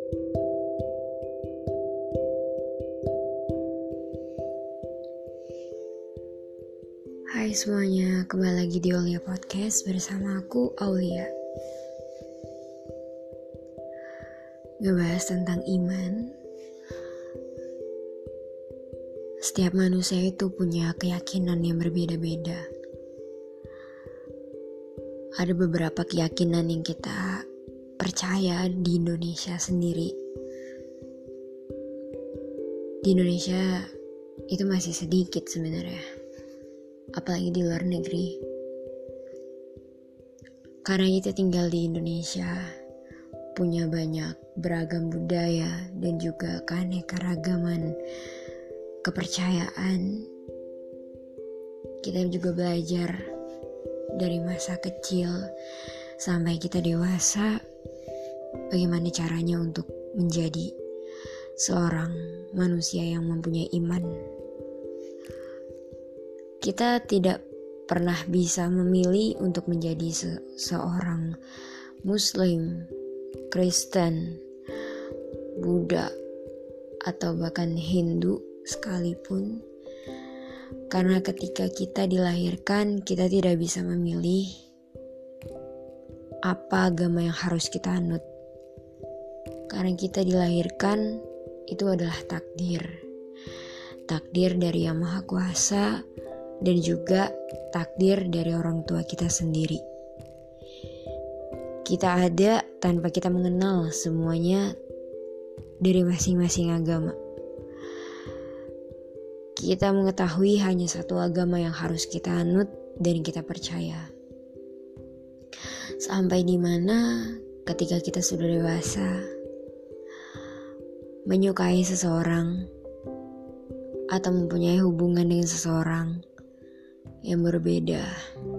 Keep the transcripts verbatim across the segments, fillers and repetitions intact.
Hai semuanya, kembali lagi di Aulia Podcast bersama aku, Aulia. Ngebahas tentang iman. Setiap manusia itu punya keyakinan yang berbeda-beda. Ada beberapa keyakinan yang kita percaya di Indonesia sendiri. Di Indonesia itu masih sedikit sebenarnya. Apalagi di luar negeri. Karena kita tinggal di Indonesia, punya banyak beragam budaya dan juga keanekaragaman kepercayaan. Kita juga belajar dari masa kecil sampai kita dewasa, bagaimana caranya untuk menjadi seorang manusia yang mempunyai iman. Kita tidak pernah bisa memilih untuk menjadi se- seorang Muslim, Kristen, Buddha, atau bahkan Hindu sekalipun. Karena ketika kita dilahirkan, kita tidak bisa memilih apa agama yang harus kita anut. Karena kita dilahirkan, itu adalah takdir. Takdir dari Yang Maha Kuasa, dan juga takdir dari orang tua kita sendiri. Kita ada tanpa kita mengenal semuanya dari masing-masing agama. Kita mengetahui hanya satu agama yang harus kita anut dan kita percaya. Sampai di mana ketika kita sudah dewasa, menyukai seseorang atau mempunyai hubungan dengan seseorang yang berbeda.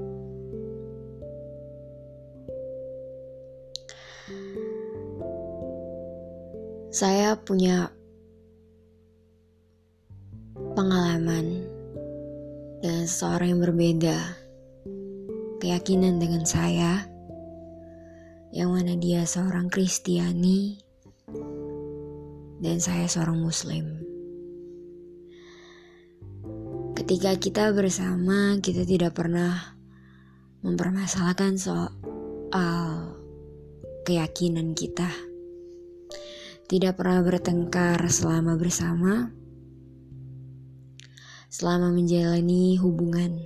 Saya punya pengalaman dengan seseorang yang berbeda keyakinan dengan saya, yang mana dia seorang Kristiani dan saya seorang Muslim. Ketika kita bersama, kita tidak pernah mempermasalahkan soal keyakinan kita. Tidak pernah bertengkar selama bersama, selama menjalani hubungan.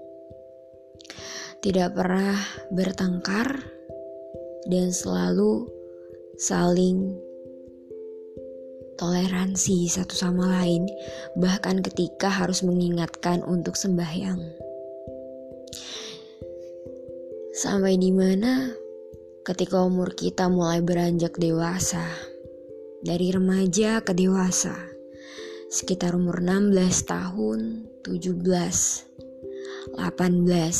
Tidak pernah bertengkar dan selalu saling toleransi satu sama lain, bahkan ketika harus mengingatkan untuk sembahyang. Sampai di mana ketika umur kita mulai beranjak dewasa, dari remaja ke dewasa, sekitar umur enam belas tahun, tujuh belas, delapan belas,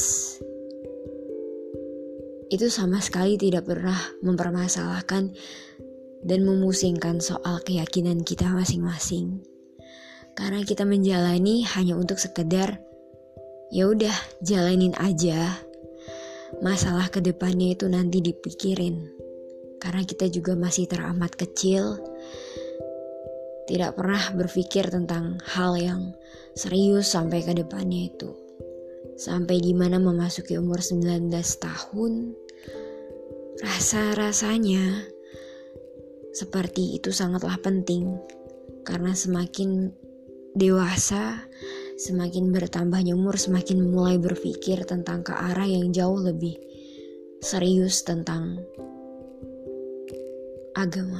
itu sama sekali tidak pernah mempermasalahkan dan memusingkan soal keyakinan kita masing-masing. Karena kita menjalani hanya untuk sekedar ya udah jalanin aja. Masalah kedepannya itu nanti dipikirin. Karena kita juga masih teramat kecil, tidak pernah berpikir tentang hal yang serius sampai ke depannya itu. Sampai dimana memasuki umur sembilan belas tahun, rasa-rasanya seperti itu sangatlah penting. Karena semakin dewasa, semakin bertambahnya umur, semakin mulai berpikir tentang ke arah yang jauh lebih serius tentang agama.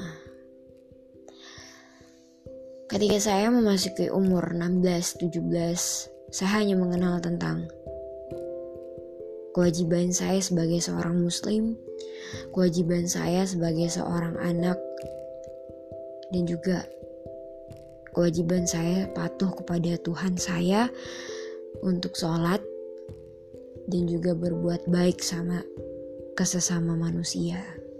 Ketika saya memasuki umur enam belas tujuh belas, saya hanya mengenal tentang kewajiban saya sebagai seorang Muslim, kewajiban saya sebagai seorang anak, dan juga kewajiban saya patuh kepada Tuhan saya untuk sholat dan juga berbuat baik sama kesesama manusia.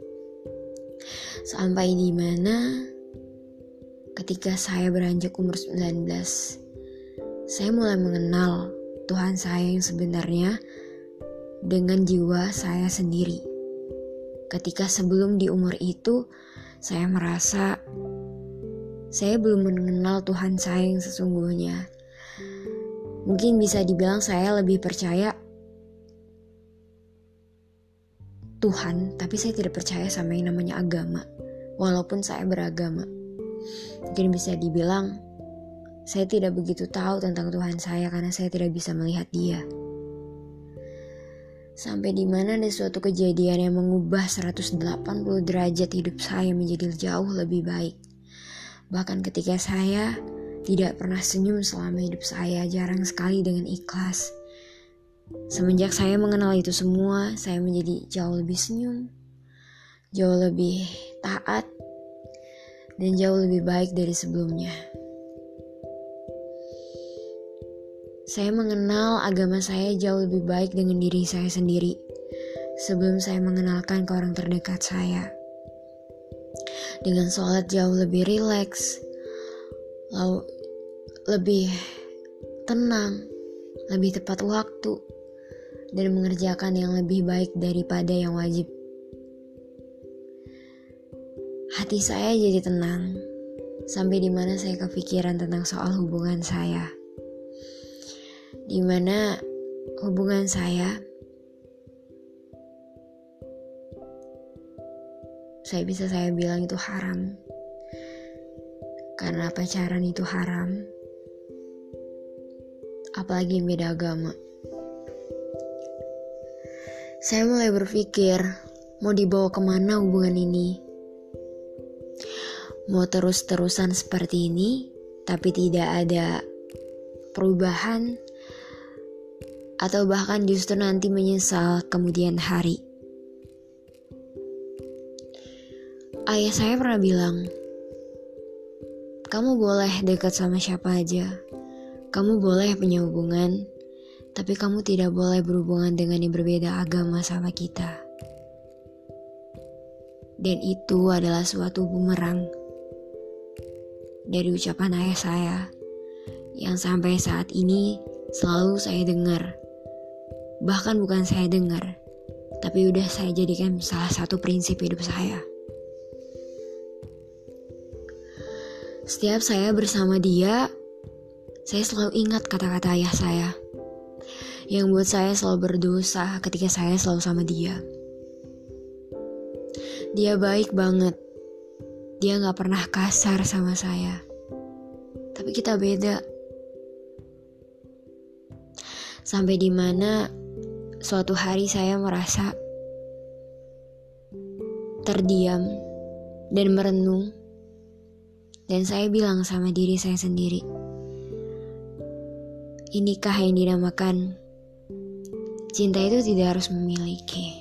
Sampai di mana ketika saya beranjak umur sembilan belas, saya mulai mengenal Tuhan saya yang sebenarnya dengan jiwa saya sendiri. Ketika sebelum di umur itu, saya merasa saya belum mengenal Tuhan saya yang sesungguhnya. Mungkin bisa dibilang saya lebih percaya Tuhan, tapi saya tidak percaya sama yang namanya agama, walaupun saya beragama. Mungkin bisa dibilang saya tidak begitu tahu tentang Tuhan saya karena saya tidak bisa melihat Dia. Sampai di mana ada suatu kejadian yang mengubah seratus delapan puluh derajat hidup saya menjadi jauh lebih baik. Bahkan ketika saya tidak pernah senyum selama hidup saya, jarang sekali dengan ikhlas. Semenjak saya mengenal itu semua, saya menjadi jauh lebih senyum, jauh lebih taat, dan jauh lebih baik dari sebelumnya. Saya mengenal agama saya jauh lebih baik dengan diri saya sendiri sebelum saya mengenalkan ke orang terdekat saya. Dengan sholat jauh lebih rileks, lalu lebih tenang, lebih tepat waktu, dan mengerjakan yang lebih baik daripada yang wajib. Hati saya jadi tenang, sampai dimana saya kepikiran tentang soal hubungan saya. Dimana hubungan saya Saya bisa saya bilang itu haram. Karena pacaran itu haram. Apalagi yang beda agama. Saya mulai berpikir, mau dibawa kemana hubungan ini? Mau terus-terusan seperti ini, tapi tidak ada perubahan, atau bahkan justru nanti menyesal kemudian hari. Ayah saya pernah bilang, kamu boleh dekat sama siapa aja, kamu boleh punya hubungan, tapi kamu tidak boleh berhubungan dengan yang berbeda agama sama kita. Dan itu adalah suatu bumerang dari ucapan ayah saya yang sampai saat ini selalu saya dengar. Bahkan bukan saya dengar, tapi udah saya jadikan salah satu prinsip hidup saya. Setiap saya bersama dia, saya selalu ingat kata-kata ayah saya yang buat saya selalu berdosa ketika saya selalu sama dia. Dia baik banget. Dia gak pernah kasar sama saya. Tapi kita beda. Sampai dimana suatu hari saya merasa terdiam dan merenung. Dan saya bilang sama diri saya sendiri, inikah yang dinamakan cinta itu tidak harus memiliki.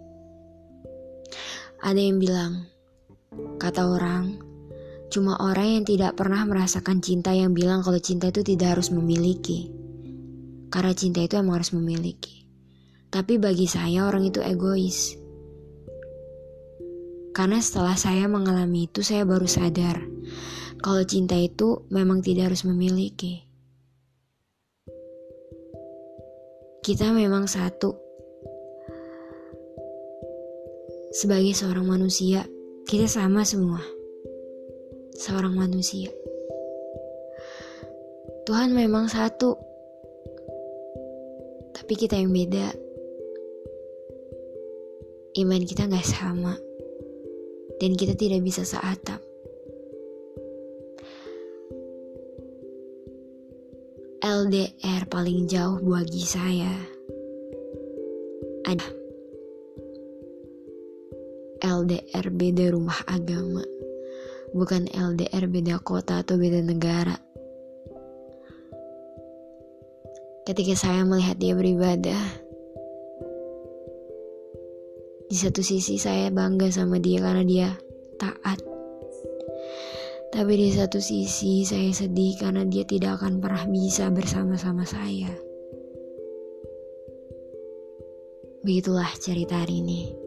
Ada yang bilang, kata orang, cuma orang yang tidak pernah merasakan cinta yang bilang kalau cinta itu tidak harus memiliki. Karena cinta itu emang harus memiliki. Tapi bagi saya orang itu egois. Karena setelah saya mengalami itu, saya baru sadar kalau cinta itu memang tidak harus memiliki. Kita memang satu. Sebagai seorang manusia, kita sama semua. Seorang manusia. Tuhan memang satu. Tapi kita yang beda. Iman kita gak sama. Dan kita tidak bisa seatap. L D R paling jauh bagi saya ada L D R beda rumah agama, bukan L D R beda kota atau beda negara. Ketika saya melihat dia beribadah, di satu sisi saya bangga sama dia karena dia taat. Tapi di satu sisi saya sedih karena dia tidak akan pernah bisa bersama-sama saya. Begitulah cerita hari ini.